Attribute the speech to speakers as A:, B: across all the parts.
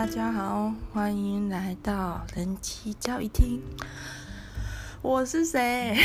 A: 家好，欢迎来到人妻教育厅。我是谁？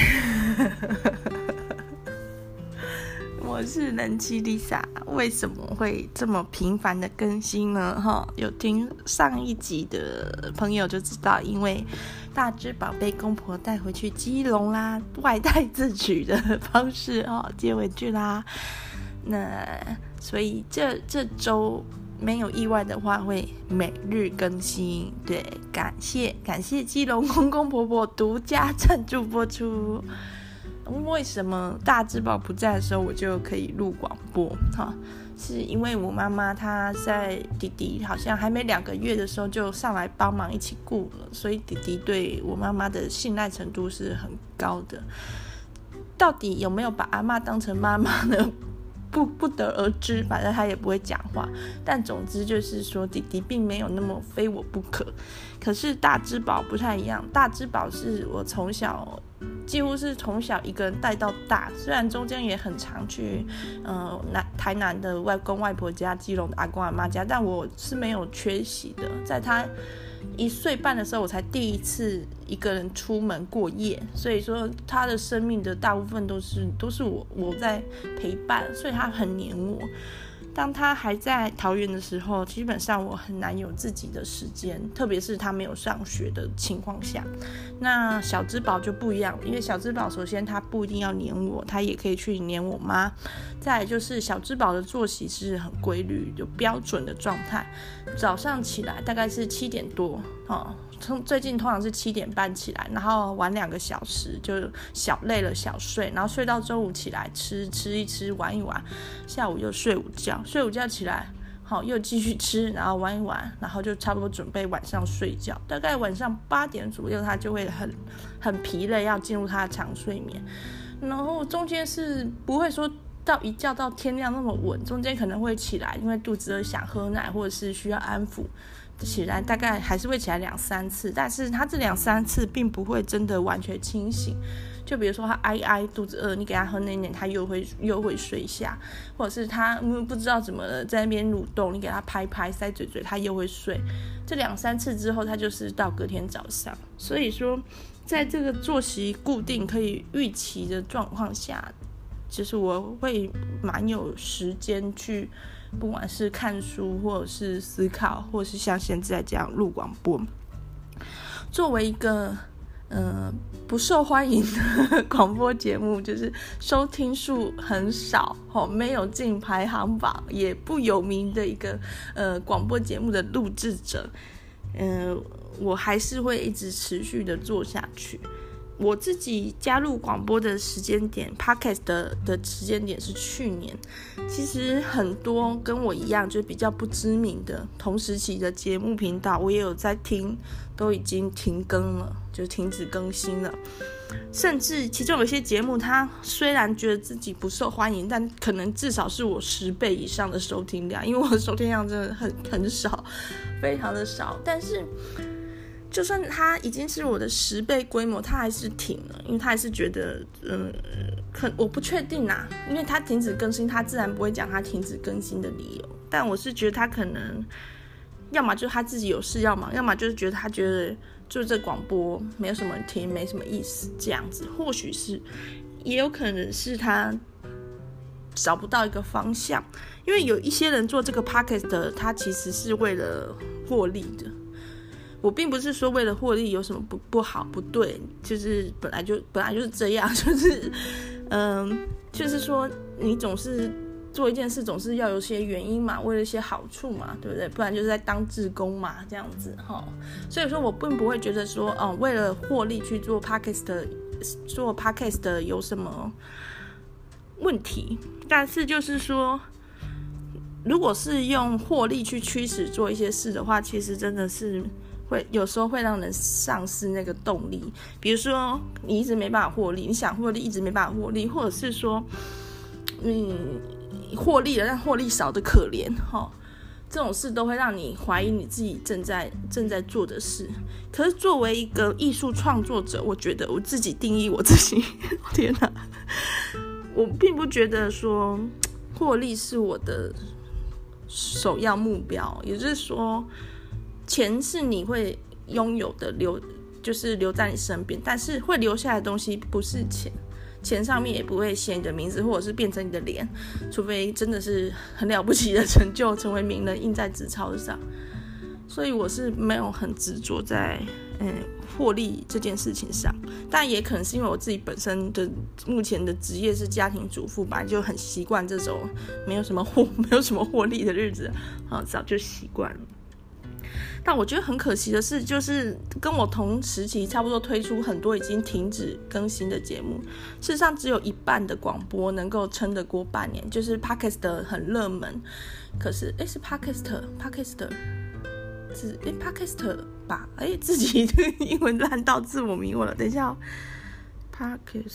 A: 我是人妻 Lisa。为什么会这么频繁的更新呢？有听上一集的朋友就知道，因为大只宝被公婆带回去基隆啦，外带自取的方式接回去啦。那所以这周没有意外的话会每日更新，对，感谢基隆公公婆婆独家赞助播出。为什么大只宝不在的时候我就可以录广播？是因为我妈妈她在弟弟好像还没2个月的时候就上来帮忙一起顾了，所以弟弟对我妈妈的信赖程度是很高的。到底有没有把阿嬷当成妈妈呢？不得而知，反正他也不会讲话。但总之就是说，弟弟并没有那么非我不可。可是大只宝不太一样，大只宝是我几乎是从小一个人带到大，虽然中间也很常去台南的外公外婆家、基隆的阿公阿妈家，但我是没有缺席的。在他1岁半的时候，我才第一次一个人出门过夜，所以说他的生命的大部分都是我在陪伴，所以他很黏我。当他还在桃园的时候，基本上我很难有自己的时间，特别是他没有上学的情况下。那小只宝就不一样，因为小只宝首先他不一定要黏我，他也可以去黏我妈。再来就是小只宝的作息是很规律，有标准的状态。早上起来大概是7点多最近通常是7点半起来，然后玩2个小时，就小累了小睡，然后睡到中午起来吃一吃玩一玩，下午又睡午觉起来又继续吃，然后玩一玩，然后就差不多准备晚上睡觉。大概晚上8点左右他就会很疲累，要进入他的长睡眠。然后中间是不会说一觉到天亮那么稳，中间可能会起来，因为肚子饿想喝奶或者是需要安抚，起来大概还是会起来2-3次，但是他这2-3次并不会真的完全清醒。就比如说他挨肚子饿，你给他喝奶奶，他又会睡下，或者是他不知道怎么了在那边蠕动，你给他拍塞嘴嘴，他又会睡。这2-3次之后，他就是到隔天早上。所以说在这个作息固定可以预期的状况下，就是我会蛮有时间去不管是看书或者是思考，或者是像现在这样录广播。作为一个不受欢迎的广播节目，就是收听数很少没有进排行榜，也不有名的一个广播节目的录制者，我还是会一直持续的做下去。我自己加入广播的时间点 Podcast 的时间点是去年。其实很多跟我一样就是比较不知名的同时期的节目频道我也有在听，都已经停更了，就停止更新了。甚至其中有些节目他虽然觉得自己不受欢迎，但可能至少是我10倍以上的收听量，因为我的收听量真的很少，非常的少。但是就算他已经是我的10倍规模，他还是停了，因为他还是觉得我不确定啦，因为他停止更新，他自然不会讲他停止更新的理由。但我是觉得他可能要么就是他自己有事要忙，要么就是他觉得就这广播没有什么人听，没什么意思这样子。或许是也有可能是他找不到一个方向，因为有一些人做这个 podcast 的，他其实是为了获利的。我并不是说为了获利有什么不好不对，就是本来就是这样，就是说你总是做一件事总是要有些原因嘛，为了一些好处嘛，对不对？不然就是在当志工嘛，这样子所以说我并不会觉得说为了获利去做 podcast 有什么问题。但是就是说如果是用获利去驱使做一些事的话，其实真的是有时候会让人丧失那个动力。比如说你一直没办法获利，你想获利一直没办法获利，或者是说获利了但获利少的可怜这种事都会让你怀疑你自己正在做的事。可是作为一个艺术创作者，我觉得我自己定义我自己天哪，我并不觉得说获利是我的首要目标。也就是说钱是你会拥有的，就是留在你身边，但是会留下来的东西不是钱，钱上面也不会写你的名字，或者是变成你的脸，除非真的是很了不起的成就，成为名人印在纸钞上。所以我是没有很执着在获利这件事情上，但也可能是因为我自己本身的目前的职业是家庭主妇吧，就很习惯这种没有什么获利的日子，早就习惯了。但我觉得很可惜的是，就是跟我同时期差不多推出很多已经停止更新的节目，事实上只有一半的广播能够撑得过半年，就是 Podcast 很热门，可是是 Podcast 是Podcast 吧？自己英文烂到自我迷惑了。等一下Podcast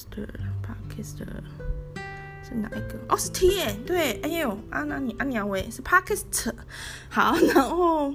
A: 是哪一个？是 T 耶，对，那你阿娘喂是 Podcast。好，然后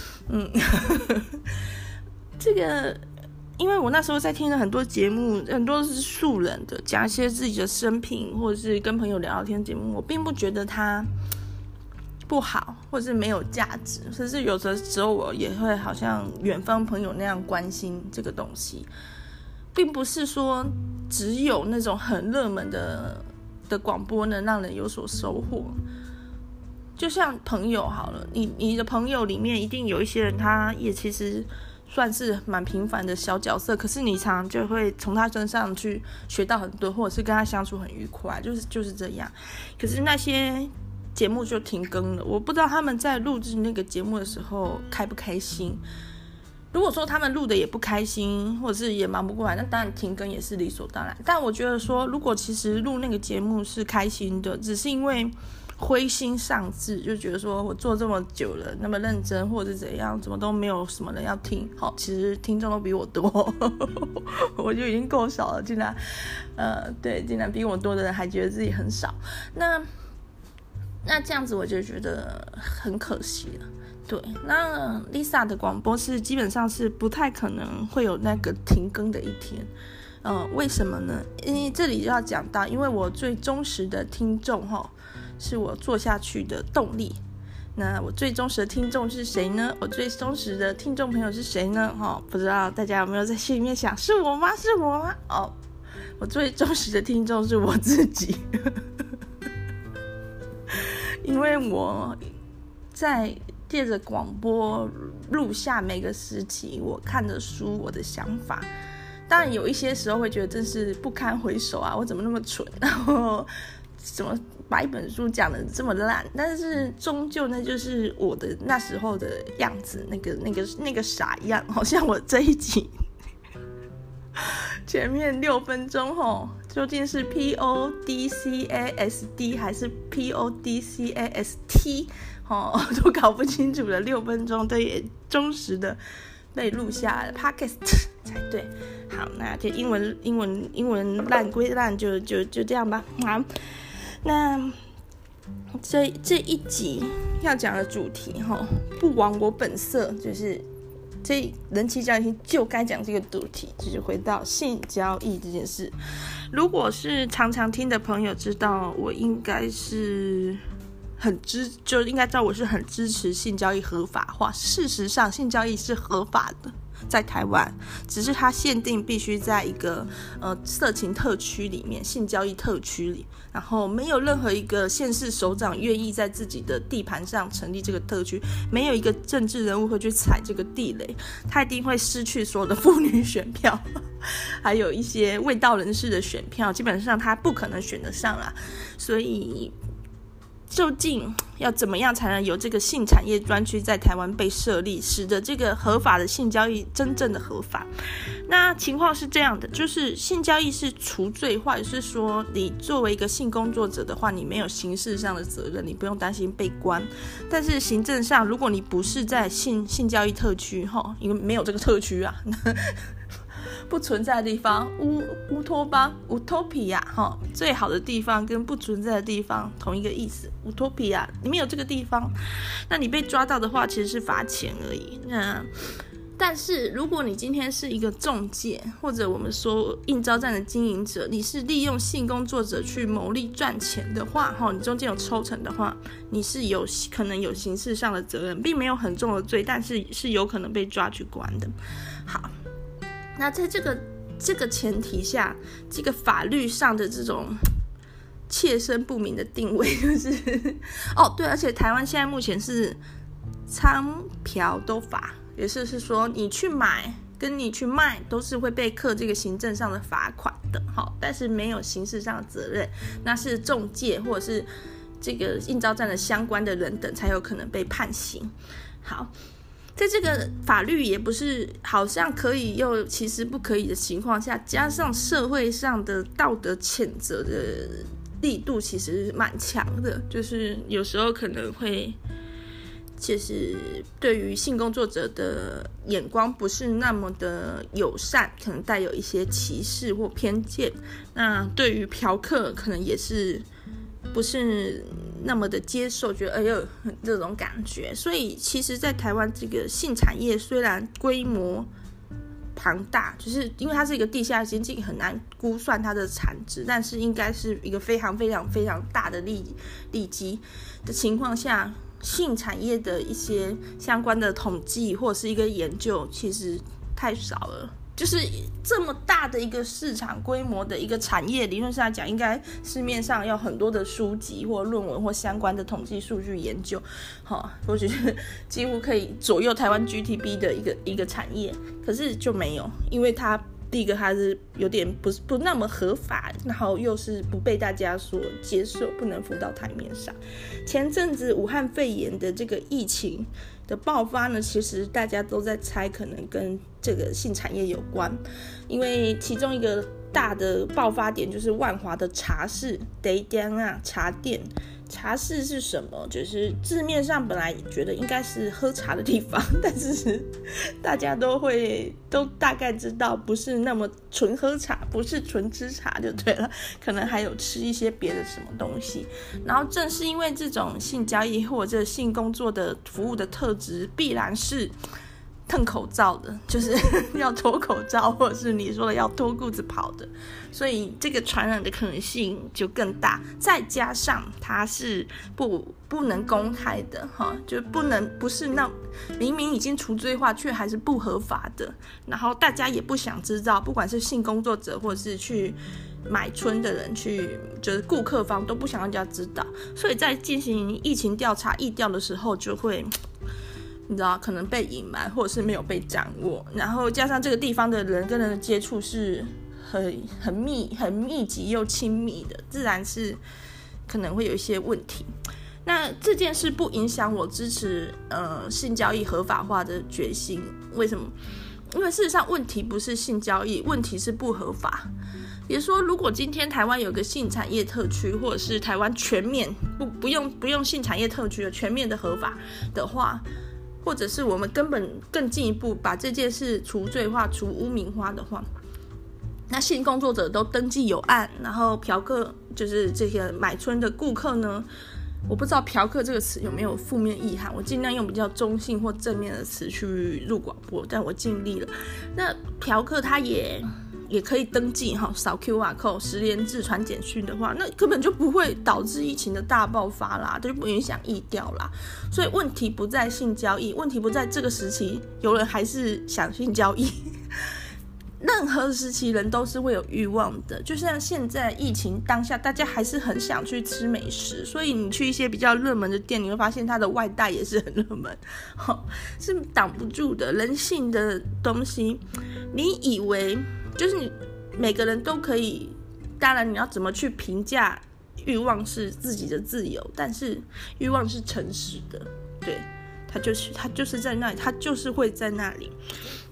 A: 这个，因为我那时候在听了很多节目，很多是素人的，讲一些自己的生平，或者是跟朋友聊聊天的节目，我并不觉得它不好，或是没有价值，甚至有的时候我也会好像远方朋友那样关心这个东西，并不是说只有那种很热门的广播能让人有所收获。就像朋友好了，你的朋友里面一定有一些人，他也其实算是蛮平凡的小角色，可是你常常就会从他身上去学到很多，或者是跟他相处很愉快，就是这样。可是那些节目就停更了，我不知道他们在录制那个节目的时候开不开心。如果说他们录的也不开心，或者是也忙不过来，那当然停更也是理所当然。但我觉得说，如果其实录那个节目是开心的，只是因为灰心丧志，就觉得说我做这么久了，那么认真，或者是怎样，怎么都没有什么人要听。其实听众都比我多，我就已经够少了，竟然比我多的人还觉得自己很少。那这样子我就觉得很可惜了。对，那 Lisa 的广播是基本上是不太可能会有那个停更的一天。为什么呢？因为这里就要讲到，因为我最忠实的听众是我做下去的动力。那我最忠实的听众是谁呢？我最忠实的听众朋友是谁呢？不知道大家有没有在心里面想，是我吗？我最忠实的听众是我自己。因为我在借着广播录下每个时期我看的书，我的想法。当然有一些时候会觉得真是不堪回首啊，我怎么那么蠢，然后怎么把一本书讲得这么烂，但是终究那就是我的那时候的样子，那个傻样。好像我这一集前面6分钟究竟是 PODCAST 还是 PODCAST 都搞不清楚了。6分钟都也忠实的被录下来了 Podcast 才对。好，那就英文烂归烂，就这样吧。好，那这一集要讲的主题不枉我本色，就是这人妻交易就该讲这个主题，就是回到性交易这件事。如果是常常听的朋友知道，我应该是就应该知道我是很支持性交易合法化。事实上，性交易是合法的，在台湾，只是它限定必须在一个色情特区里面，性交易特区里，然后没有任何一个县市首长愿意在自己的地盘上成立这个特区，没有一个政治人物会去踩这个地雷，他一定会失去所有的妇女选票，还有一些卫道人士的选票，基本上他不可能选得上啦。所以究竟要怎么样才能有这个性产业专区在台湾被设立，使得这个合法的性交易真正的合法？那情况是这样的，就是性交易是除罪化，也是说你作为一个性工作者的话，你没有刑事上的责任，你不用担心被关。但是行政上，如果你不是在性交易特区因为没有这个特区啊不存在的地方，乌托邦 Utopia 最好的地方跟不存在的地方同一个意思。Utopia 里面有这个地方，那你被抓到的话其实是罚钱而已。 但是如果你今天是一个中介，或者我们说应召站的经营者，你是利用性工作者去牟利赚钱的话，你中间有抽成的话，你是可能有刑事上的责任，并没有很重的罪，但是是有可能被抓去关的。好，那在这个前提下，这个法律上的这种切身不明的定位就是对，而且台湾现在目前是娼嫖都罚，也是说你去买跟你去卖都是会被课这个行政上的罚款的，但是没有刑事上的责任，那是中介或者是这个应召站的相关的人等才有可能被判刑。好，在这个法律也不是好像可以又其实不可以的情况下，加上社会上的道德谴责的力度其实蛮强的，就是有时候可能会其实对于性工作者的眼光不是那么的友善，可能带有一些歧视或偏见。那对于嫖客可能也是不是那么的接受，觉得这种感觉。所以其实在台湾这个性产业虽然规模庞大，就是因为它是一个地下经济，很难估算它的产值，但是应该是一个非常非常非常大的利基的情况下，性产业的一些相关的统计或者是一个研究其实太少了。就是这么大的一个市场规模的一个产业，理论上来讲应该市面上有很多的书籍或论文或相关的统计数据研究，或许几乎可以左右台湾 GDP 的一个产业，可是就没有，因为它第一个它是有点不那么合法，然后又是不被大家所接受，不能浮到台面上。前阵子武汉肺炎的这个疫情的爆发呢，其实大家都在猜可能跟这个性产业有关，因为其中一个大的爆发点就是万华的茶室茶店。茶室是什么？就是字面上本来觉得应该是喝茶的地方，但是大家都大概知道不是那么纯喝茶，不是纯吃茶就对了，可能还有吃一些别的什么东西。然后正是因为这种性交易或者性工作的服务的特质必然是蹭口罩的，就是要脱口罩，或者是你说的要脱裤子跑的，所以这个传染的可能性就更大。再加上它是不能公开的，就不是那明明已经除罪化却还是不合法的，然后大家也不想知道，不管是性工作者或者是去买春的人，就是顾客方都不想让大家知道，所以在进行疫情调查疫调的时候就会你知道可能被隐瞒或者是没有被掌握，然后加上这个地方的人跟人的接触是很密集又亲密的，自然是可能会有一些问题。那这件事不影响我支持性交易合法化的决心，为什么？因为事实上问题不是性交易，问题是不合法。比如说如果今天台湾有个性产业特区，或者是台湾全面不用性产业特区的全面的合法的话，或者是我们根本更进一步把这件事除罪化除污名化的话，那性工作者都登记有案，然后嫖客就是这些买春的顾客呢，我不知道嫖客这个词有没有负面意涵，我尽量用比较中性或正面的词去录广播，但我尽力了。那嫖客他也可以登记扫 QR code 实联制传简讯的话，那根本就不会导致疫情的大爆发啦，就不影响疫调啦。所以问题不在性交易，问题不在这个时期有人还是想性交易任何时期人都是会有欲望的，就像现在疫情当下大家还是很想去吃美食，所以你去一些比较热门的店，你会发现它的外带也是很热门，是挡不住的。人性的东西你以为就是你每个人都可以，当然你要怎么去评价欲望是自己的自由，但是欲望是诚实的，对，它就是在那里，它就是会在那里。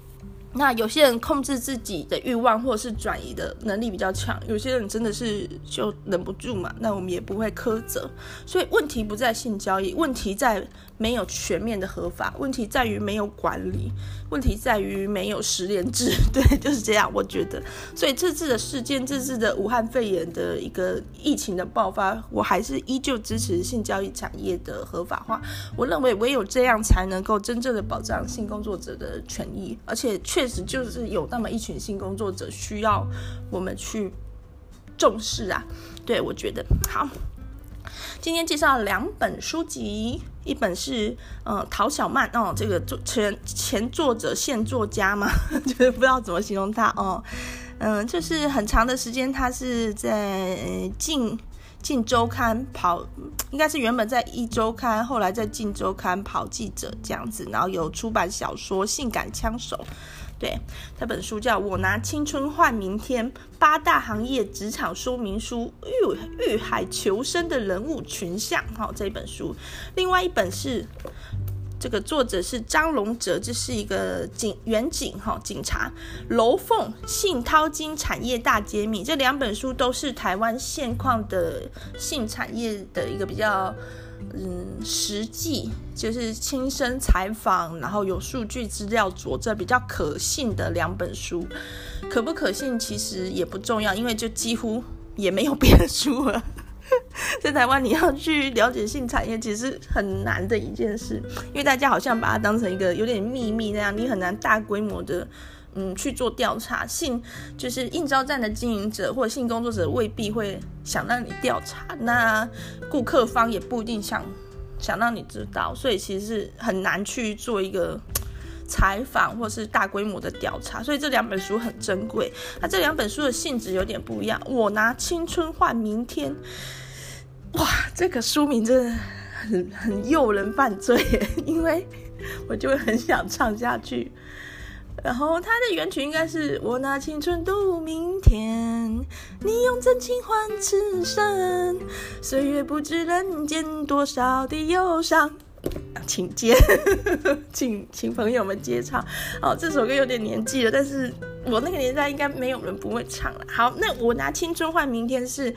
A: 那有些人控制自己的欲望或者是转移的能力比较强，有些人真的是就忍不住嘛，那我们也不会苛责。所以问题不在性交易，问题在没有全面的合法，问题在于没有管理，问题在于没有实联制，对，就是这样，我觉得。所以这次的事件，这次的武汉肺炎的一个疫情的爆发，我还是依旧支持性交易产业的合法化。我认为唯有这样才能够真正的保障性工作者的权益，而且确实就是有那么一群性工作者需要我们去重视啊。对，我觉得好。今天介绍了2本书籍，一本是陶小曼这个前作者现作家嘛，就是不知道怎么形容他就是很长的时间他是在镜周刊跑，应该是原本在一周刊，后来在镜周刊跑记者这样子，然后有出版小说《性感枪手》。对，这本书叫《我拿青春换明天：8大行业职场说明书，遇海求生的人物群像》这一本书。另外一本是这个作者是张荣哲，这是一个远警警察。楼凤性淘金产业大揭秘，这2本书都是台湾现况的性产业的一个比较实际，就是亲身采访，然后有数据资料佐证，比较可信的2本书。可不可信其实也不重要，因为就几乎也没有别的书了。在台湾你要去了解性产业其实很难的一件事，因为大家好像把它当成一个有点秘密那样，你很难大规模的去做调查。就是应召站的经营者或者性工作者未必会想让你调查，那顾客方也不一定想让你知道，所以其实是很难去做一个采访或是大规模的调查，所以这2本书很珍贵。那这2本书的性质有点不一样。我拿青春换明天，哇，这个书名真的很诱人犯罪耶，因为我就会很想唱下去。然后它的原曲应该是我拿青春度明天，你用真情换此生，岁月不知人间多少的忧伤，请接请朋友们接唱。这首歌有点年纪了，但是我那个年代应该没有人不会唱了。好，那我拿青春换明天是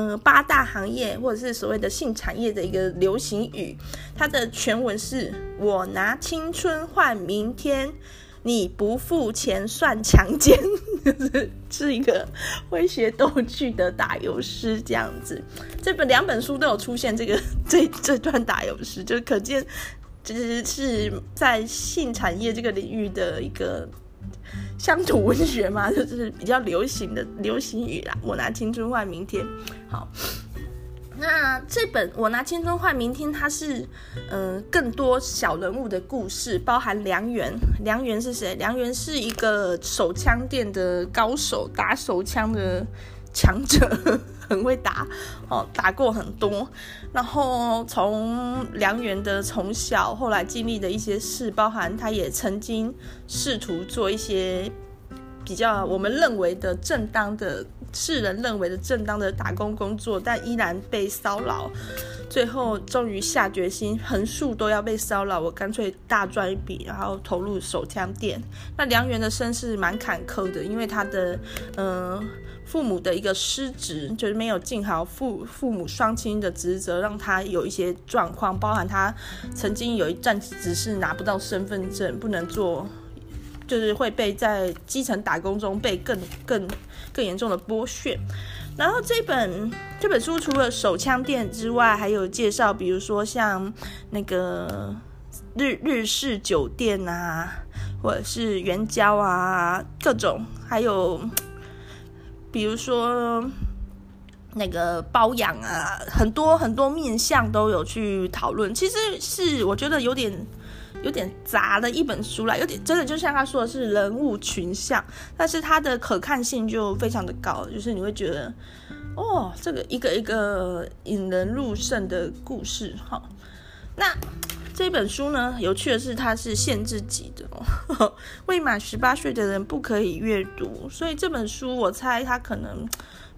A: 8大行业或者是所谓的性产业的一个流行语，它的全文是我拿青春换明天，你不付钱算强奸，是一个诙谐逗趣的打油诗这样子。2本书都有出现这段打油诗，就可见就是在性产业这个领域的一个乡土文学嘛，就是比较流行的流行语啦。我拿青春换明天。好，那这本我拿青春换明天，它是更多小人物的故事，包含梁元。梁元是谁？梁元是一个手枪店的高手，打手枪的强者，很会打打过很多。然后从梁元的从小后来经历的一些事，包含他也曾经试图做一些比较我们认为的正当的世人认为的正当的打工工作，但依然被骚扰，最后终于下决心横竖都要被骚扰，我干脆大赚一笔，然后投入手枪店。那梁元的身世蛮坎坷的，因为他的父母的一个失职，就是没有尽好父母双亲的职责，让他有一些状况，包含他曾经有一阵子只是拿不到身份证，不能做，就是会被在基层打工中被更严重的剥削。然后这本书除了手枪店之外，还有介绍比如说像那个日式酒店啊，或者是援交啊，各种，还有比如说那个包养啊，很多面向都有去讨论。其实是我觉得有点杂的一本书啦，有点真的就像他说的是人物群像，但是它的可看性就非常的高，就是你会觉得这个一个引人入胜的故事。那这本书呢，有趣的是它是限制级的未满18岁的人不可以阅读，所以这本书我猜它可能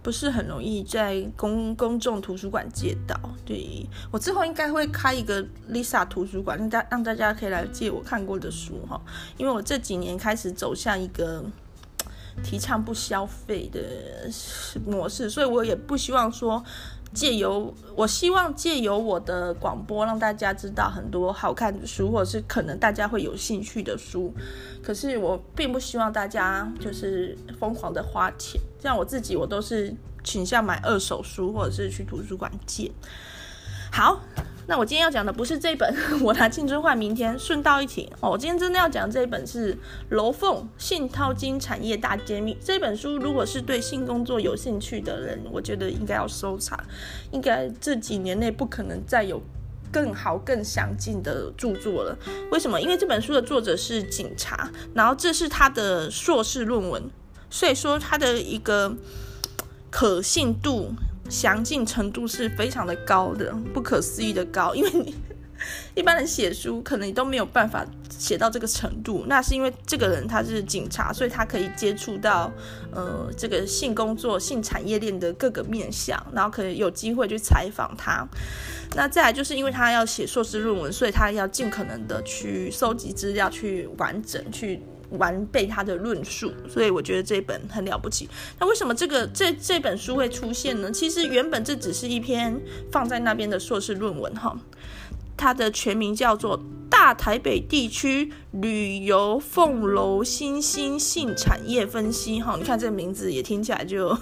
A: 不是很容易在公众图书馆借到。对，我之后应该会开一个 Lisa 图书馆，让大家可以来借我看过的书哈。因为我这几年开始走向一个提倡不消费的模式，所以我也不希望说我希望借由我的广播让大家知道很多好看的书，或者是可能大家会有兴趣的书，可是我并不希望大家就是疯狂的花钱，像我自己我都是倾向买二手书或者是去图书馆借。好，那我今天要讲的不是这本我拿青春换明天，顺道一提我今天真的要讲的这一本是楼凤性淘金产业大揭秘。这本书如果是对性工作有兴趣的人，我觉得应该要收藏，应该这几年内不可能再有更好更详尽的著作了。为什么？因为这本书的作者是警察，然后这是他的硕士论文，所以说他的一个可信度详尽程度是非常的高的，不可思议的高。因为你一般人写书可能你都没有办法写到这个程度，那是因为这个人他是警察，所以他可以接触到这个性工作性产业链的各个面向，然后可以有机会去采访他。那再来就是因为他要写硕士论文，所以他要尽可能的去收集资料，去完整去完备他的论述，所以我觉得这本很了不起。那为什么这本书会出现呢？其实原本这只是一篇放在那边的硕士论文哈，它的全名叫做《大台北地区旅游凤楼新兴性产业分析》哈。你看这个名字也听起来就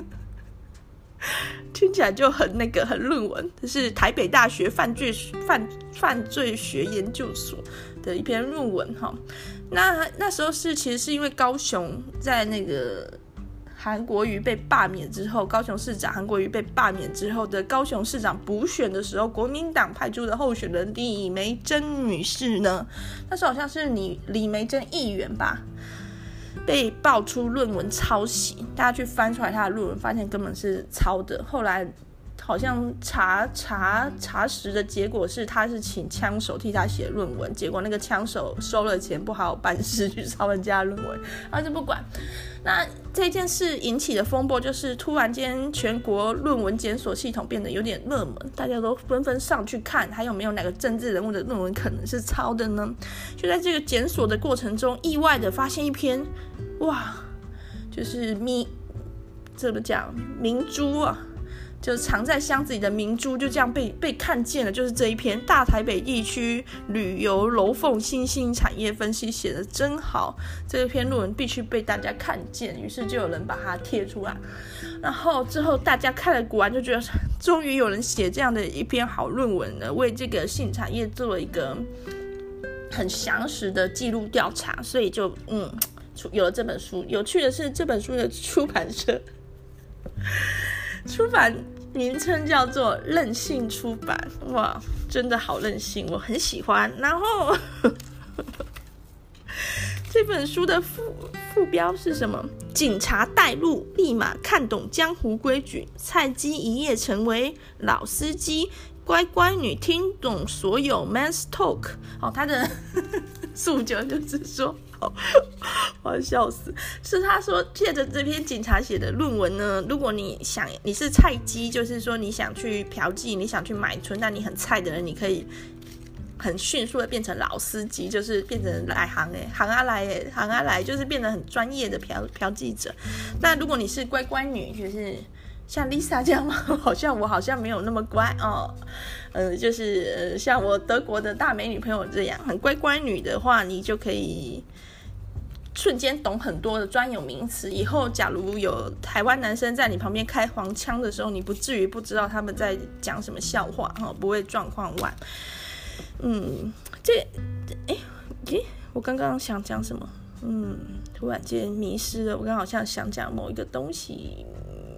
A: 很论文，这是台北大学犯罪学研究所的一篇论文哈。那时候其实是因为高雄在那个韩国瑜被罢免之后，高雄市长韩国瑜被罢免之后的高雄市长补选的时候，国民党派出的候选人李眉蓁女士呢，那时候好像是李眉蓁议员吧，被爆出论文抄袭，大家去翻出来他的论文，发现根本是抄的。后来好像查实的结果是他是请枪手替他写论文，结果那个枪手收了钱不好好办事去抄人家的论文，他就不管。那这件事引起的风波就是突然间全国论文检索系统变得有点热门，大家都纷纷上去看还有没有哪个政治人物的论文可能是抄的呢。就在这个检索的过程中，意外的发现一篇就是怎么讲明珠啊，就藏在箱子里的明珠就这样被看见了，就是这一篇大台北地区旅游楼凤新兴产业分析，写得真好，这篇论文必须被大家看见，于是就有人把它贴出来，然后之后大家看了果然就觉得终于有人写这样的一篇好论文了，为这个性产业做了一个很详实的记录调查，所以就有了这本书。有趣的是这本书的出版社出版名称叫做任性出版，哇，真的好任性，我很喜欢。然后这本书的副标是什么？警察带路，立马看懂江湖规矩，菜鸡一夜成为老司机，乖乖女听懂所有 man's talk。他的诉求就是说，我要笑死，是他说借着这篇警察写的论文呢，如果你是菜鸡，就是说你想去嫖妓，你想去买春，但你很菜的人，你可以很迅速的变成老司机，就是变成来行来，就是变得很专业的嫖妓者。那如果你是乖乖女，就是像 Lisa 这样吗？我好像没有那么乖就是像我德国的大美女朋友这样很乖乖女的话，你就可以瞬间懂很多的专有名词，以后假如有台湾男生在你旁边开黄腔的时候，你不至于不知道他们在讲什么笑话，不会状况外。我刚刚想讲什么？突然间迷失了，我刚好像想讲某一个东西，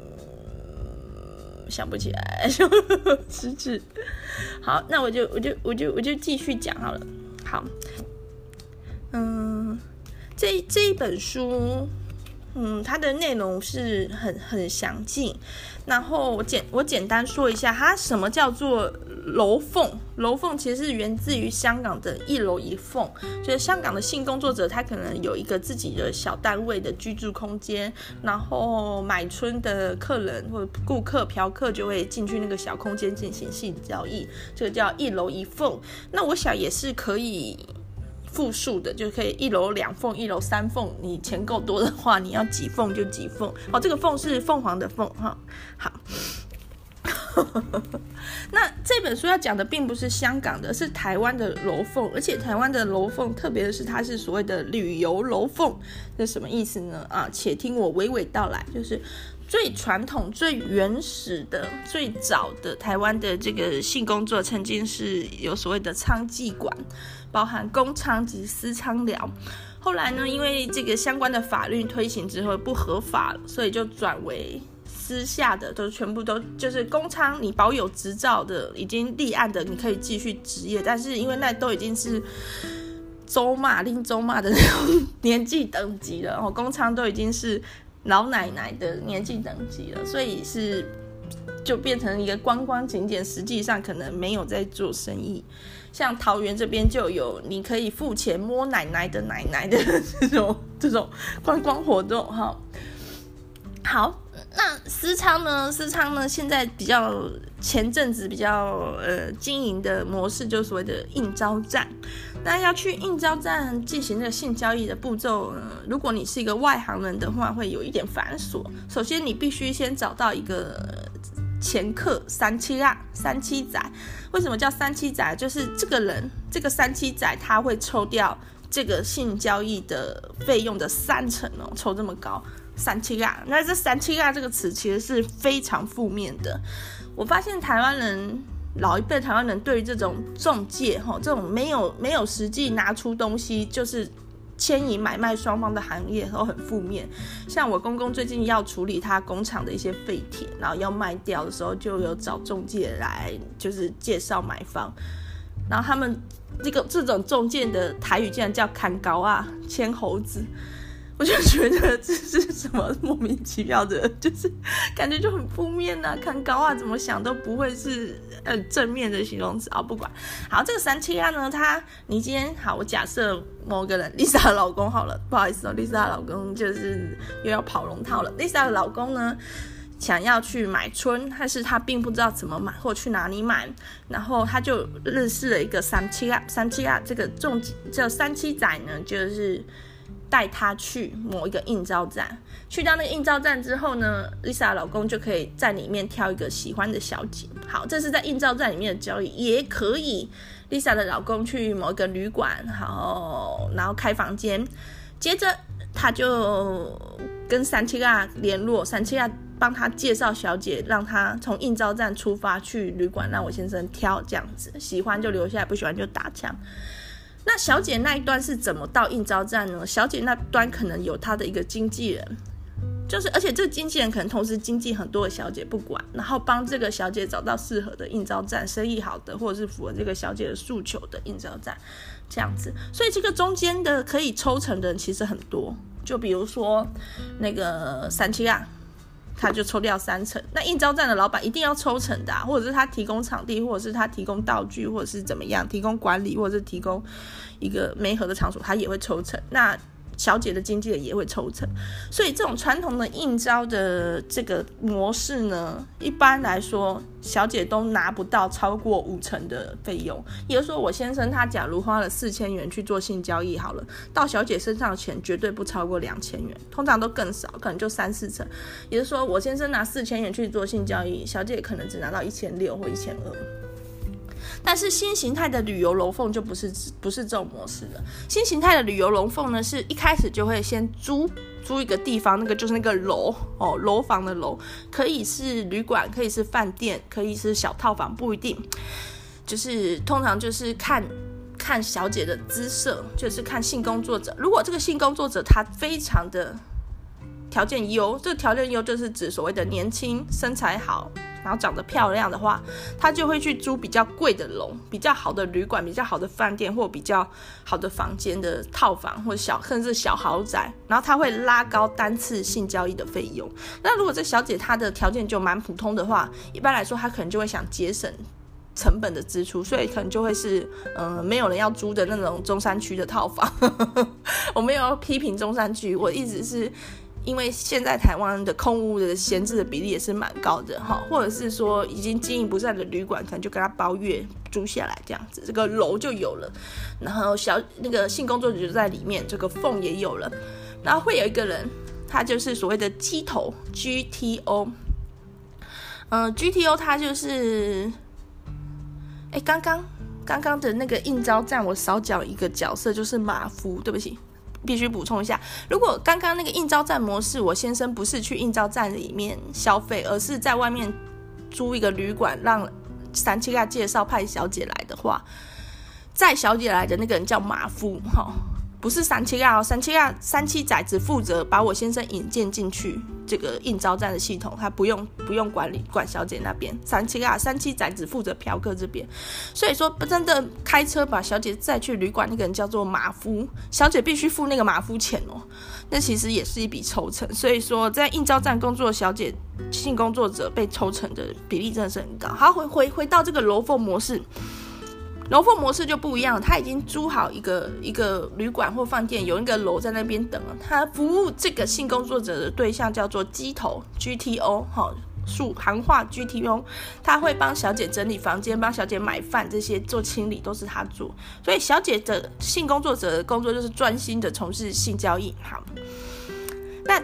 A: 想不起来，失智。好，那我就继续讲好了。好，这一本书， 它的内容是很详尽。然后我简单说一下，它什么叫做楼凤？楼凤其实是源自于香港的一楼一凤，就是香港的性工作者，他可能有一个自己的小单位的居住空间，然后买春的客人或者顾客、嫖客就会进去那个小空间进行性交易，这个叫一楼一凤。那我想也是可以复数的，就可以一楼2凤，一楼3凤，你钱够多的话，你要几凤就几凤。这个凤是凤凰的凤哈。好，那这本书要讲的并不是香港的，是台湾的楼凤，而且台湾的楼凤特别的是它是所谓的旅游楼凤，这什么意思呢？且听我娓娓道来，就是最传统、最原始的、最早的台湾的这个性工作，曾经是有所谓的娼妓馆，包含公娼及私娼寮。后来呢，因为这个相关的法律推行之后不合法了，所以就转为私下的，都全部都就是公娼，你保有执照的、已经立案的，你可以继续执业，但是因为那都已经是州骂的那种年纪等级了，公娼都已经是老奶奶的年纪等级了，所以就变成一个观光景点，实际上可能没有在做生意。像桃园这边就有你可以付钱摸奶奶的这种观光活动哈。好，那私娼呢？现在前阵子比较经营的模式，就是所谓的应招站。那要去应招站进行这个性交易的步骤呢，如果你是一个外行人的话，会有一点繁琐。首先，你必须先找到一个前客三七仔。为什么叫三七仔？就是这个人，这个三七仔他会抽掉这个性交易的费用的30%抽这么高。三七啊，那这三七啊这个词其实是非常负面的。我发现老一辈台湾人对于这种中介这种没有实际拿出东西，就是牵引买卖双方的行业都很负面。像我公公最近要处理他工厂的一些废铁，然后要卖掉的时候，就有找中介来就是介绍买方，然后他们这种中介的台语竟然叫砍高啊，牵猴子。我就觉得这是什么莫名其妙的，就是感觉就很负面啊，看高啊，怎么想都不会是正面的形容词啊。不管好，这个三七啊呢，你今天好，我假设某个人 Lisa 的老公好了，不好意思Lisa 的老公就是又要跑龙套了。Lisa 的老公呢，想要去买春，但是他并不知道怎么买或去哪里买，然后他就认识了一个三七啊，这个这三七仔呢，就是带他去某一个应招站，去到那个应招站之后呢 ，Lisa 老公就可以在里面挑一个喜欢的小姐。好，这是在应招站里面的交易，也可以 Lisa 的老公去某一个旅馆，然后开房间，接着他就跟三七啊联络，三七啊帮他介绍小姐，让他从应招站出发去旅馆，让我先生挑这样子，喜欢就留下来，不喜欢就打枪。那小姐那一端是怎么到应招站呢？小姐那端可能有她的一个经纪人，而且这个经纪人可能同时经纪很多的小姐不管，然后帮这个小姐找到适合的应招站，生意好的或者是符合这个小姐的诉求的应招站，这样子。所以这个中间的可以抽成的人其实很多，就比如说那个三七啊，他就抽掉30%，那应招站的老板一定要抽成的或者是他提供场地，或者是他提供道具，或者是怎么样提供管理，或者是提供一个媒合的场所，他也会抽成。那小姐的经纪人也会抽成，所以这种传统的应招的这个模式呢，一般来说小姐都拿不到超过50%的费用。也就是说，我先生他假如花了4000元去做性交易好了，到小姐身上的钱绝对不超过2000元，通常都更少，可能就3-4成。也就是说，我先生拿4000元去做性交易，小姐可能只拿到1600或1200。但是新形态的旅游楼凤就不是这种模式了。新形态的旅游楼凤呢，是一开始就会先租一个地方，那个就是那个楼楼房的楼，可以是旅馆，可以是饭店，可以是小套房，不一定。就是通常就是看小姐的姿色，就是看性工作者。如果这个性工作者他非常的条件优，这个条件优就是指所谓的年轻、身材好， 然后长得漂亮的话，他就会去租比较贵的楼，比较好的旅馆，比较好的饭店，或比较好的房间的套房，或者甚至小豪宅，然后他会拉高单次性交易的费用。那如果这小姐她的条件就蛮普通的话，一般来说她可能就会想节省成本的支出，所以可能就会是没有人要租的那种中山区的套房。我没有要批评中山区，我的意思是因为现在台湾的空屋的闲置的比例也是蛮高的，或者是说已经经营不善的旅馆可能就跟他包月租下来，这样子这个楼就有了，然后那个性工作者就在里面，这个缝也有了，然后会有一个人他就是所谓的鸡头 GTO。 GTO 他就是刚刚的那个应召站我少讲一个角色，就是马夫，对不起，必须补充一下，如果刚刚那个应召站模式，我先生不是去应召站里面消费，而是在外面租一个旅馆让三七介绍派小姐来的话，载小姐来的那个人叫马夫，不是三七仔只负责把我先生引荐进去这个应召站的系统，他不用管小姐那边，三七仔只负责嫖客这边。所以说真的开车把小姐载去旅馆那个人叫做马夫，小姐必须付那个马夫钱哦，那其实也是一笔抽成。所以说在应召站工作的小姐性工作者被抽成的比例真的是很高。好，回到这个楼凤模式。楼凤模式就不一样了，他已经租好一个旅馆或饭店，有一个楼在那边等了，他服务这个性工作者的对象叫做鸡头 GTO， 行话 GTO， 他会帮小姐整理房间，帮小姐买饭，这些做清理都是他做，所以小姐的性工作者的工作就是专心的从事性交易。好，那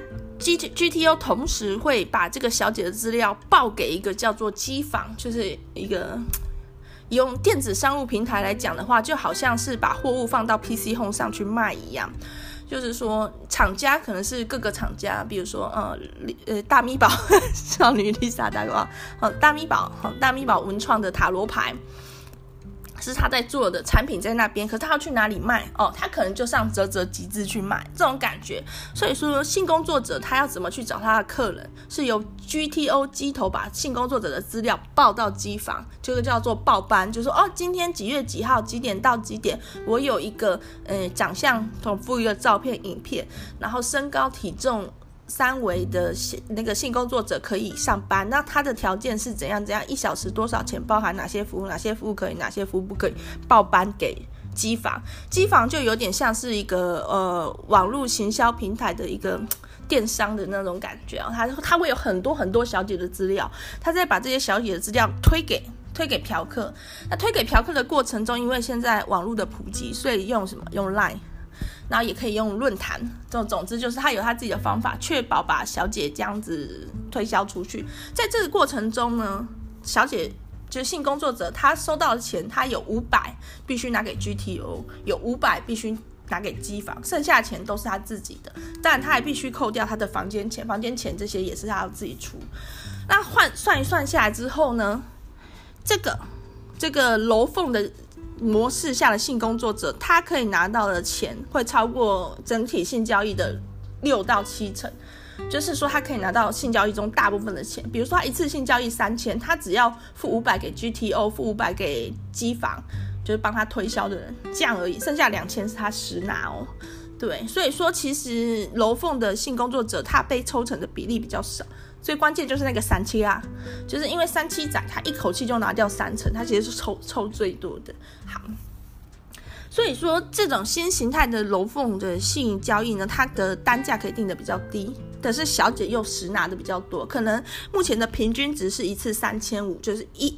A: GTO 同时会把这个小姐的资料报给一个叫做机房，就是一个用电子商务平台来讲的话，就好像是把货物放到 PC Home 上去卖一样。就是说厂家可能是各个厂家，比如说大咪宝少女 Lisa 大哥，大咪宝文创的塔罗牌是他在做的产品在那边，可是他要去哪里卖他可能就上嘖嘖集资去卖，这种感觉。所以说性工作者他要怎么去找他的客人，是由 GTO 机头把性工作者的资料报到机房，这个叫做报班，就是说今天几月几号几点到几点，我有一个长相同附一个照片影片，然后身高体重3维的那个性工作者可以上班，那他的条件是怎样，1小时多少钱，包含哪些服务可以，哪些服务不可以，报班给机房。机房就有点像是一个网络行销平台的一个电商的那种感觉他会有很多很多小姐的资料，他再把这些小姐的资料推给嫖客。那推给嫖客的过程中，因为现在网络的普及，所以用LINE，然后也可以用论坛，总之就是他有他自己的方法，确保把小姐这样子推销出去。在这个过程中呢，小姐就是性工作者，他收到的钱，他有500必须拿给 GTO， 有500必须拿给机房，剩下的钱都是他自己的。当然他还必须扣掉他的房间钱这些也是他要自己出。那算一算下来之后呢，这个楼凤的模式下的性工作者，他可以拿到的钱会超过整体性交易的6到7成，就是说他可以拿到性交易中大部分的钱。比如说他一次性交易3000，他只要付500给 GTO， 付500给机房，就是帮他推销的人，这样而已，剩下2000是他实拿对，所以说其实楼凤的性工作者他被抽成的比例比较少，最关键就是那个37就是因为37仔他一口气就拿掉3成，他其实是抽最多的。好，所以说这种新形态的楼凤的性交易呢，它的单价可以定的比较低，但是小姐又实拿的比较多，可能目前的平均值是一次3500，就是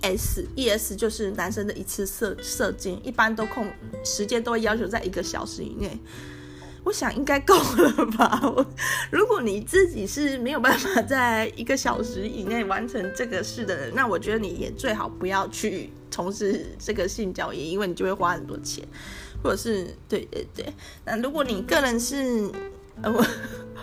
A: ES 就是男生的一次射精，一般都时间都会要求在1个小时以内。我想应该够了吧。如果你自己是没有办法在1个小时以内完成这个事的人，那我觉得你也最好不要去从事这个性交易，因为你就会花很多钱，或者是对。那如果你个人是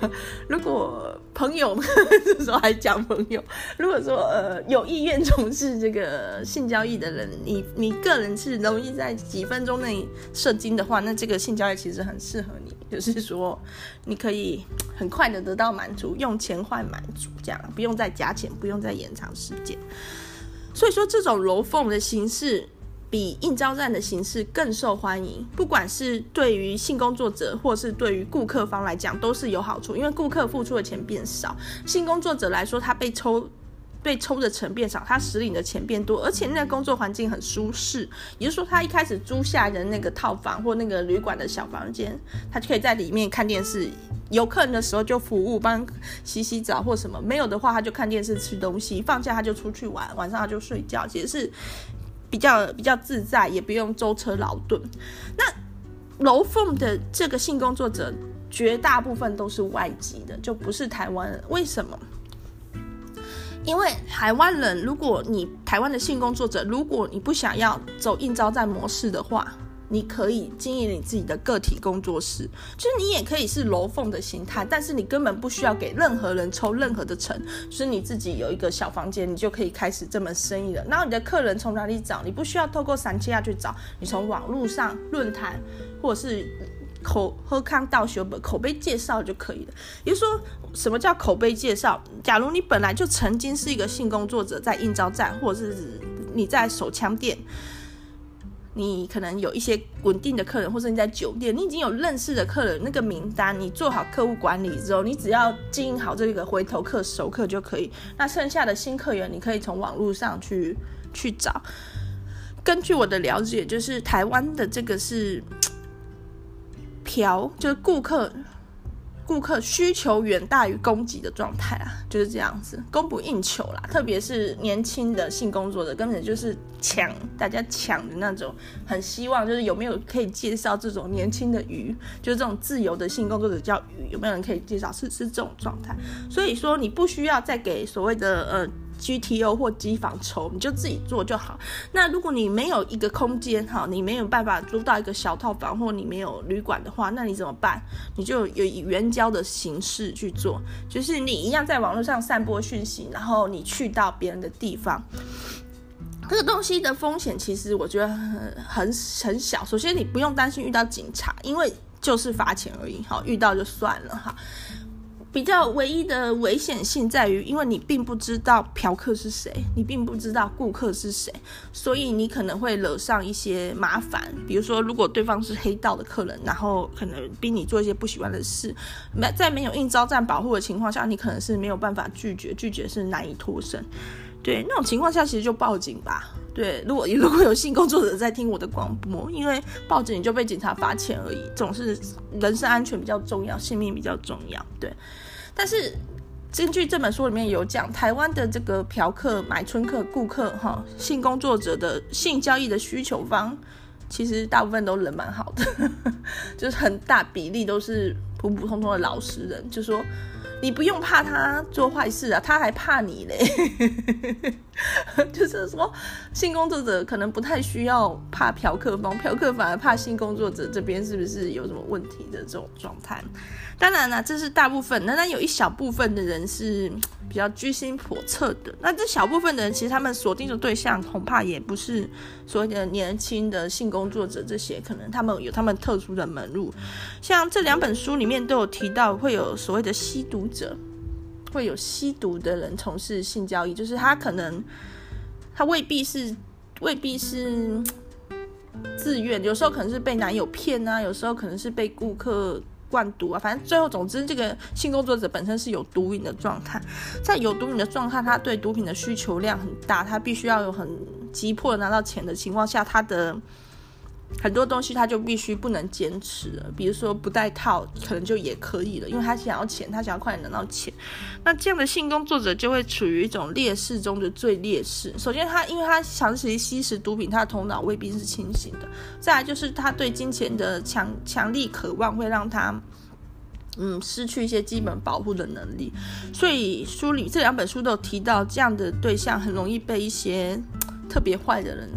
A: 如果朋友这时候还讲朋友，如果说有意愿从事这个性交易的人，你个人是容易在几分钟内射精的话，那这个性交易其实很适合你，就是说你可以很快的得到满足，用钱换满足，这样不用再加钱，不用再延长时间。所以说这种楼凤的形式比应招站的形式更受欢迎，不管是对于性工作者或是对于顾客方来讲都是有好处，因为顾客付出的钱变少，性工作者来说他被抽的成变少，他实领的钱变多，而且那个工作环境很舒适，也就是说他一开始租下的那个套房或那个旅馆的小房间，他就可以在里面看电视，有客人的时候就服务帮洗洗澡或什么，没有的话他就看电视吃东西，放假他就出去玩，晚上他就睡觉，其实是比较自在，也不用舟车劳顿。那楼凤的这个性工作者绝大部分都是外籍的，就不是台湾人。为什么？因为台湾人，如果你台湾的性工作者，如果你不想要走应招站模式的话，你可以经营你自己的个体工作室，就是你也可以是楼凤的形态，但是你根本不需要给任何人抽任何的成，就是你自己有一个小房间，你就可以开始这门生意了。然后你的客人从哪里找？你不需要透过三七亚去找，你从网络上论坛或者是喝康道修本口碑介绍就可以了。也就是说，什么叫口碑介绍？假如你本来就曾经是一个性工作者，在应招站，或者是你在手枪店，你可能有一些稳定的客人，或者你在酒店，你已经有认识的客人那个名单，你做好客户管理之后，你只要经营好这个回头客、熟客就可以。那剩下的新客源，你可以从网络上去找。根据我的了解，就是台湾的这个是就是顾客需求远大于供给的状态啊，就是这样子，供不应求啦。特别是年轻的性工作者，根本就是大家抢的那种，很希望就是有没有可以介绍这种年轻的鱼，就是这种自由的性工作者叫鱼，有没有人可以介绍？是这种状态。所以说你不需要再给所谓的GTO 或机房抽，你就自己做就好。那如果你没有一个空间，你没有办法租到一个小套房，或你没有旅馆的话，那你怎么办？你就有以援交的形式去做，就是你一样在网络上散播讯息，然后你去到别人的地方。这个东西的风险其实我觉得很小。首先你不用担心遇到警察，因为就是罚钱而已，遇到就算了哈。比较唯一的危险性在于，因为你并不知道嫖客是谁，你并不知道顾客是谁，所以你可能会惹上一些麻烦。比如说，如果对方是黑道的客人，然后可能逼你做一些不喜欢的事，在没有应招站保护的情况下，你可能是没有办法拒绝是难以脱身。对，那种情况下其实就报警吧。对，如果有性工作者在听我的广播，因为报警你就被警察罚钱而已，总是人身安全比较重要，性命比较重要。对，但是根据这本书里面有讲，台湾的这个嫖客、买春客、顾客性工作者的性交易的需求方，其实大部分都人蛮好的，就是很大比例都是普普通通的老实人，就说你不用怕他做坏事啊，他还怕你嘞。就是说性工作者可能不太需要怕嫖客方，嫖客反而怕性工作者这边是不是有什么问题的这种状态。当然啦，这是大部分，那有一小部分的人是比较居心叵测的。那这小部分的人其实他们锁定的对象恐怕也不是所谓的年轻的性工作者，这些可能他们有他们特殊的门路。像这两本书里面都有提到，会有所谓的吸毒者，会有吸毒的人从事性交易，就是他可能他未必是自愿，有时候可能是被男友骗啊，有时候可能是被顾客灌毒啊，反正最后总之这个性工作者本身是有毒瘾的状态，在有毒瘾的状态，他对毒品的需求量很大，他必须要有很急迫的拿到钱的情况下，他的很多东西他就必须不能坚持了，比如说不戴套可能就也可以了，因为他想要钱，他想要快点拿到钱。那这样的性工作者就会处于一种劣势中的最劣势。首先因为他长期吸食毒品，他的头脑未必是清醒的，再来就是他对金钱的强力渴望会让他失去一些基本保护的能力。所以书里这两本书都有提到，这样的对象很容易被一些特别坏的人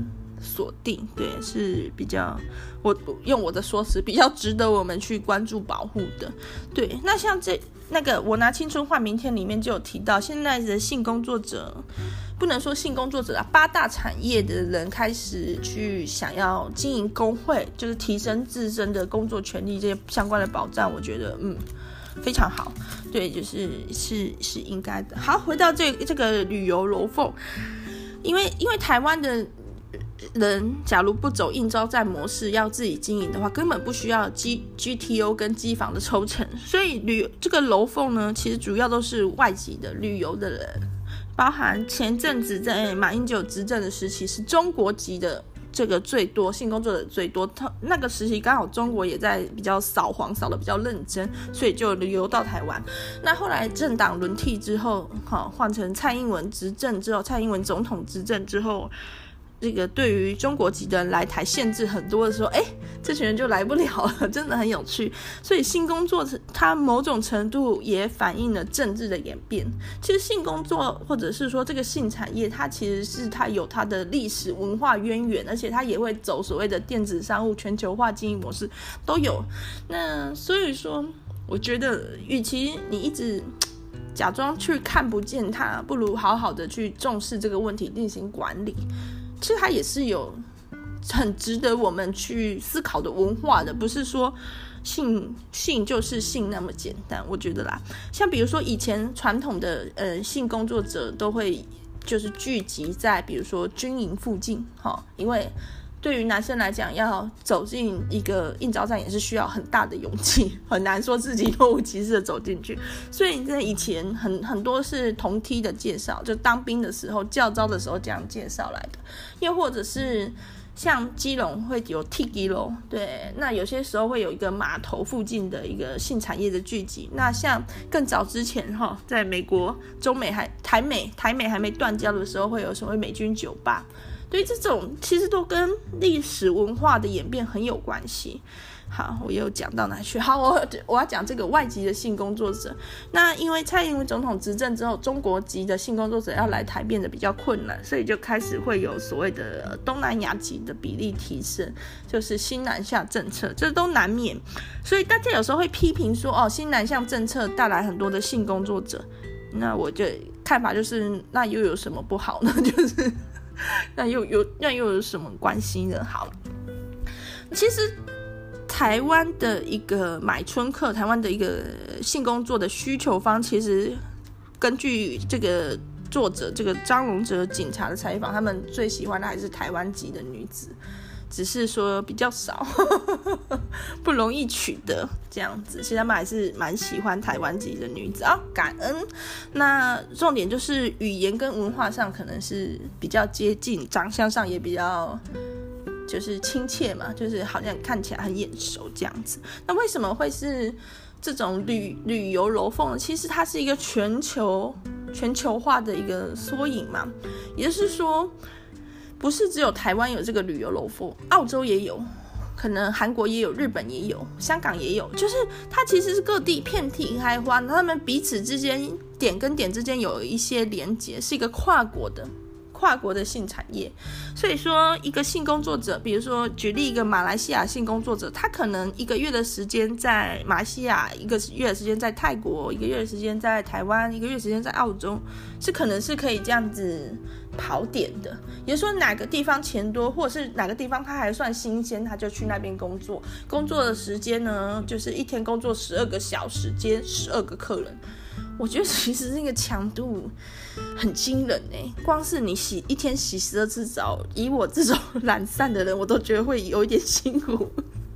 A: 锁定，对，是比较我用我的说辞比较值得我们去关注保护的。对，那像那个我拿青春换明天里面就有提到，现在的性工作者，不能说性工作者啊，8大产业的人开始去想要经营工会，就是提升自身的工作权利这些相关的保障，我觉得非常好。对，就是应该的。好，回到这个旅游楼凤，因为台湾的人假如不走应招战模式，要自己经营的话，根本不需要 GTO 跟机房的抽成，所以这个楼凤呢，其实主要都是外籍的旅游的人，包含前阵子在马英九执政的时期是中国籍的这个最多，性工作者最多，那个时期刚好中国也在比较扫黄扫的比较认真，所以就旅游到台湾。那后来政党轮替之后，换成蔡英文执政之后，蔡英文总统执政之后，这个对于中国籍的人来台限制很多的时候，这群人就来不了了，真的很有趣。所以性工作它某种程度也反映了政治的演变。其实性工作或者是说这个性产业，它其实是它有它的历史文化渊源，而且它也会走所谓的电子商务全球化经营模式都有。那所以说我觉得与其你一直假装去看不见它，不如好好的去重视这个问题进行管理。其实它也是有很值得我们去思考的文化的，不是说性就是性那么简单，我觉得啦。像比如说以前传统的性工作者都会就是聚集在比如说军营附近，因为对于男生来讲，要走进一个应召站也是需要很大的勇气，很难说自己若无其事的走进去。所以在以前很多是同梯的介绍，就当兵的时候教召的时候这样介绍来的，又或者是像基隆会有 Tiki 楼，对，那有些时候会有一个码头附近的一个性产业的聚集。那像更早之前在美国中美台美还没断交的时候，会有所谓美军酒吧。对，这种其实都跟历史文化的演变很有关系。好，我又讲到哪去？好，我要讲这个外籍的性工作者。那因为蔡英文总统执政之后，中国籍的性工作者要来台变得比较困难，所以就开始会有所谓的东南亚籍的比例提升，就是新南向政策，这都难免。所以大家有时候会批评说，新南向政策带来很多的性工作者。那我的看法就是，那又有什么不好呢？就是那又有什么关系呢？好，其实台湾的一个买春客，台湾的一个性工作的需求方，其实根据这个作者这个张荣哲警察的采访，他们最喜欢的还是台湾籍的女子，只是说比较少不容易取得这样子，其实他们还是蛮喜欢台湾籍的女子感恩。那重点就是语言跟文化上可能是比较接近，长相上也比较就是亲切嘛，就是好像看起来很眼熟这样子。那为什么会是这种旅游楼凤呢？其实它是一个全球化的一个缩影嘛，也就是说不是只有台湾有这个旅游楼凤，澳洲也有，可能韩国也有，日本也有，香港也有，就是它其实是各地遍地开花，他们彼此之间点跟点之间有一些连结，是一个跨国的性产业。所以说一个性工作者，比如说举例一个马来西亚性工作者，他可能1个月的时间在马来西亚，1个月的时间在泰国，1个月的时间在台湾，1个月的时间在澳洲，是可能是可以这样子跑点的。也就是说哪个地方钱多，或者是哪个地方他还算新鲜，他就去那边工作。工作的时间呢，就是一天工作12个小时，接12个客人。我觉得其实那个强度很惊人光是你一天洗12次澡，以我这种懒散的人，我都觉得会有一点辛苦。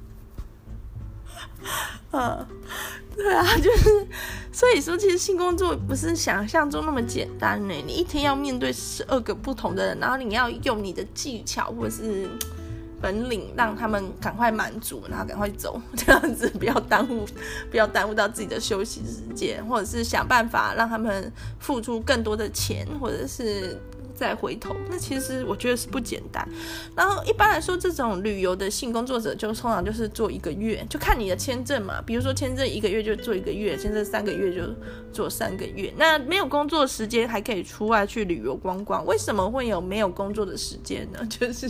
A: 对啊，就是所以说，其实性工作不是想象中那么简单你一天要面对12个不同的人，然后你要用你的技巧或者是本领让他们赶快满足，然后赶快走，这样子不要耽误到自己的休息时间，或者是想办法让他们付出更多的钱，或者是再回头，那其实我觉得是不简单。然后一般来说，这种旅游的性工作者就通常就是做1个月，就看你的签证嘛，比如说签证1个月就做1个月，签证3个月就做3个月。那没有工作时间还可以出外去旅游观光。为什么会有没有工作的时间呢？就是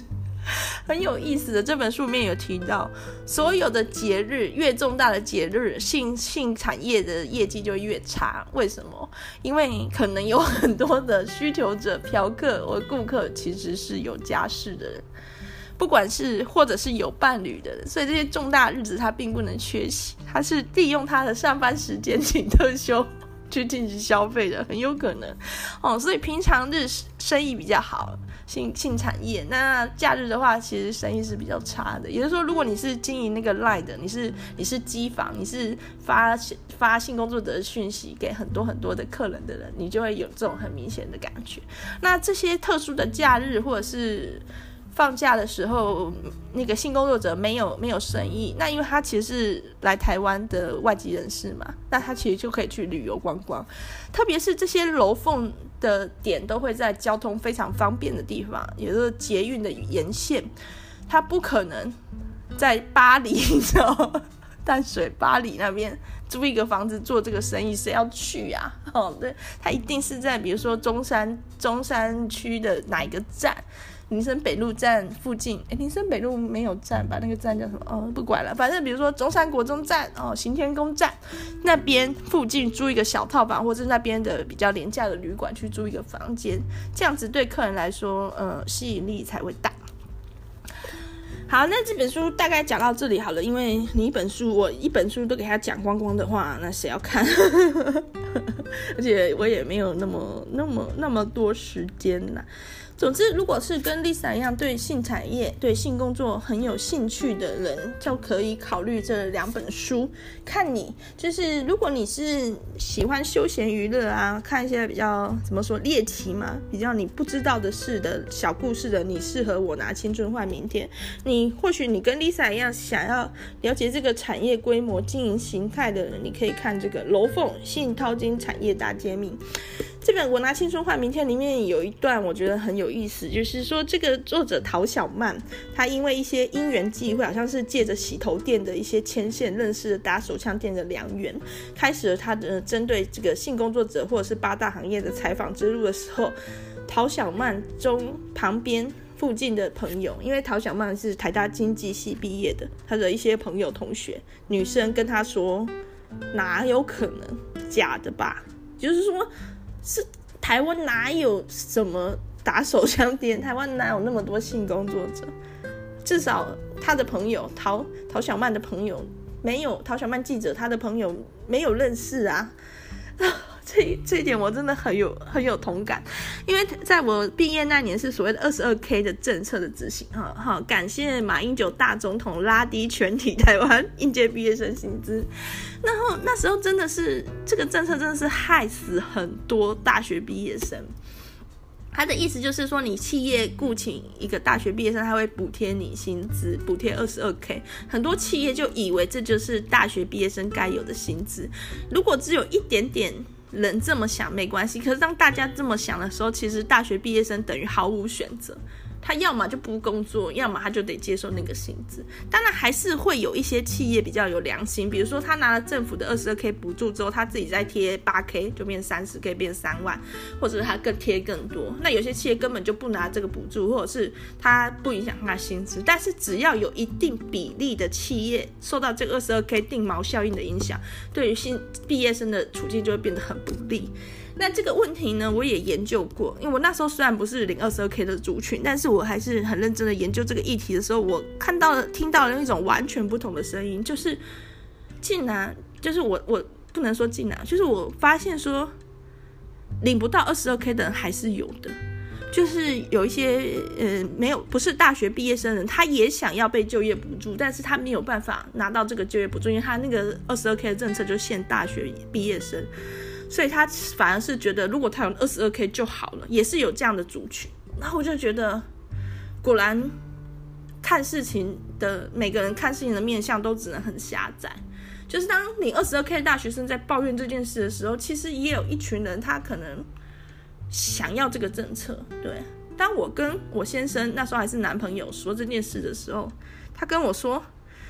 A: 很有意思的。这本书里面有提到，所有的节日越重大的节日，性产业的业绩就越差。为什么？因为可能有很多的需求者、嫖客或顾客其实是有家室的人，不管是或者是有伴侣的人，所以这些重大日子他并不能缺席，他是利用他的上班时间请特休去进行消费的，很有可能所以平常日生意比较好，性产业，那假日的话其实生意是比较差的。也就是说，如果你是经营那个 LINE 的，你是机房，你是发性工作者的讯息给很多很多的客人的人，你就会有这种很明显的感觉。那这些特殊的假日或者是放假的时候，那个性工作者没有生意，那因为他其实是来台湾的外籍人士嘛，那他其实就可以去旅游观光，特别是这些楼缝的点都会在交通非常方便的地方，也就是捷运的沿线，他不可能在巴黎，你知道吗？淡水巴黎那边租一个房子做这个生意，谁要去啊？对，他一定是在比如说中山区的哪一个站，林森北路站附近，林森北路没有站吧？那个站叫什么？不管了，反正比如说中山国中站行天宫站那边附近租一个小套房，或者那边的比较廉价的旅馆去租一个房间，这样子对客人来说，吸引力才会大。好，那这本书大概讲到这里好了，因为我一本书都给他讲光光的话，那谁要看？而且我也没有那么多时间啦。总之，如果是跟 Lisa 一样对性产业、对性工作很有兴趣的人，就可以考虑这2本书。看你就是如果你是喜欢休闲娱乐啊，看一些比较怎么说猎奇嘛，比较你不知道的事的小故事的，你适合我拿青春换明天。或许你跟 Lisa 一样想要了解这个产业规模、经营形态的人，你可以看这个楼凤性淘金产业大揭秘。这本我拿青春换明天里面有一段我觉得很有意思，就是说这个作者陶小曼，他因为一些因缘际会，好像是借着洗头店的一些牵线认识了打手枪店的良缘，开始了他的针对这个性工作者或者是8大行业的采访之路的时候，陶小曼中旁边附近的朋友，因为陶小曼是台大经济系毕业的，他的一些朋友同学女生跟他说，哪有可能，假的吧，就是说是台湾哪有什么打手枪店，台湾哪有那么多性工作者，至少他的朋友陶小曼的朋友没有，陶小曼记者他的朋友没有认识啊。这一点我真的很有同感，因为在我毕业那年是所谓的 22K 的政策的执行，感谢马英九大总统拉低全体台湾应届毕业生薪资，然后那时候真的是这个政策真的是害死很多大学毕业生。他的意思就是说，你企业雇请一个大学毕业生，他会补贴你薪资，补贴 22K， 很多企业就以为这就是大学毕业生该有的薪资。如果只有一点点人这么想没关系，可是当大家这么想的时候，其实大学毕业生等于毫无选择，他要么就不工作，要么他就得接受那个薪资。当然还是会有一些企业比较有良心，比如说他拿了政府的 22K 补助之后，他自己再贴 8K 就变 30K 变3万，或者是他更贴更多。那有些企业根本就不拿这个补助，或者是他不影响他的薪资，但是只要有一定比例的企业受到这个 22K 定锚效应的影响，对于新毕业生的处境就会变得很不利。那这个问题呢，我也研究过，因为我那时候虽然不是领 22K 的族群，但是我还是很认真的研究这个议题的时候，我听到了一种完全不同的声音，就是竟然就是我不能说竟然，就是我发现说领不到 22K 的人还是有的，就是有一些不是大学毕业生的人，他也想要被就业补助，但是他没有办法拿到这个就业补助，因为他那个 22K 的政策就限大学毕业生，所以他反而是觉得如果他有 22K 就好了，也是有这样的族群。然后我就觉得果然看事情的每个人看事情的面向都只能很狭窄，就是当你 22K 的大学生在抱怨这件事的时候，其实也有一群人他可能想要这个政策。对，当我跟我先生那时候还是男朋友说这件事的时候，他跟我说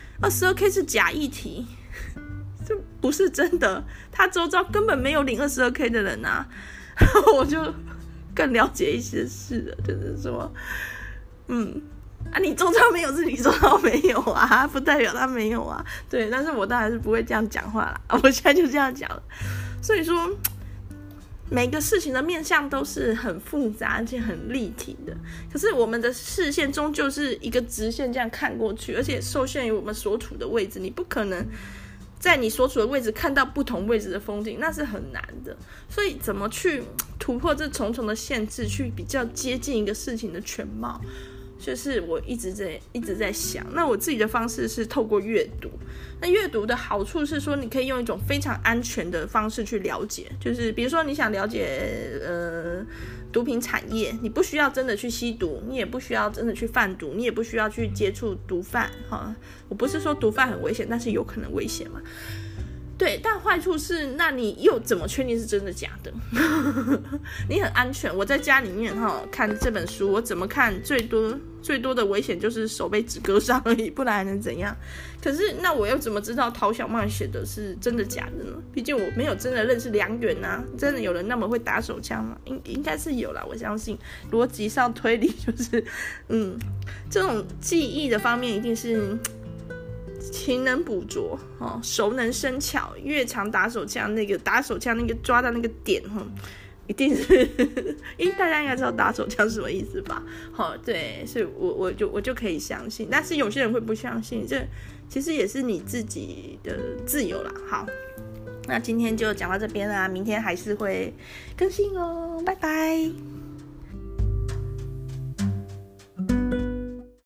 A: 22K 是假议题，这不是真的，他周遭根本没有领 22K 的人啊。我就更了解一些事了，就是说啊，你周遭没有是你周遭没有啊，不代表他没有啊。对，但是我当然是不会这样讲话啦，我现在就这样讲了。所以说，每个事情的面向都是很复杂而且很立体的，可是我们的视线终究是一个直线这样看过去，而且受限于我们所处的位置，你不可能在你所处的位置看到不同位置的风景，那是很难的。所以怎么去突破这重重的限制，去比较接近一个事情的全貌，就是我一直在想。那我自己的方式是透过阅读。那阅读的好处是说，你可以用一种非常安全的方式去了解，就是比如说你想了解毒品产业，你不需要真的去吸毒，你也不需要真的去贩毒，你也不需要去接触毒贩我不是说毒贩很危险，但是有可能危险嘛。对，但坏处是，那你又怎么确定是真的假的？你很安全。我在家里面看这本书，我怎么看最多的危险就是手被纸割伤而已，不然还能怎样？可是那我又怎么知道陶小曼写的是真的假的呢？毕竟我没有真的认识梁元啊，真的有人那么会打手枪吗？应该是有啦，我相信逻辑上推理就是这种记忆的方面一定是勤能补拙熟能生巧，越常打手枪那个抓到那个点一定是因为大家应该知道打手枪什么意思吧？对，所以我就可以相信，但是有些人会不相信，这其实也是你自己的自由啦。好，那今天就讲到这边啦，明天还是会更新哦，拜拜。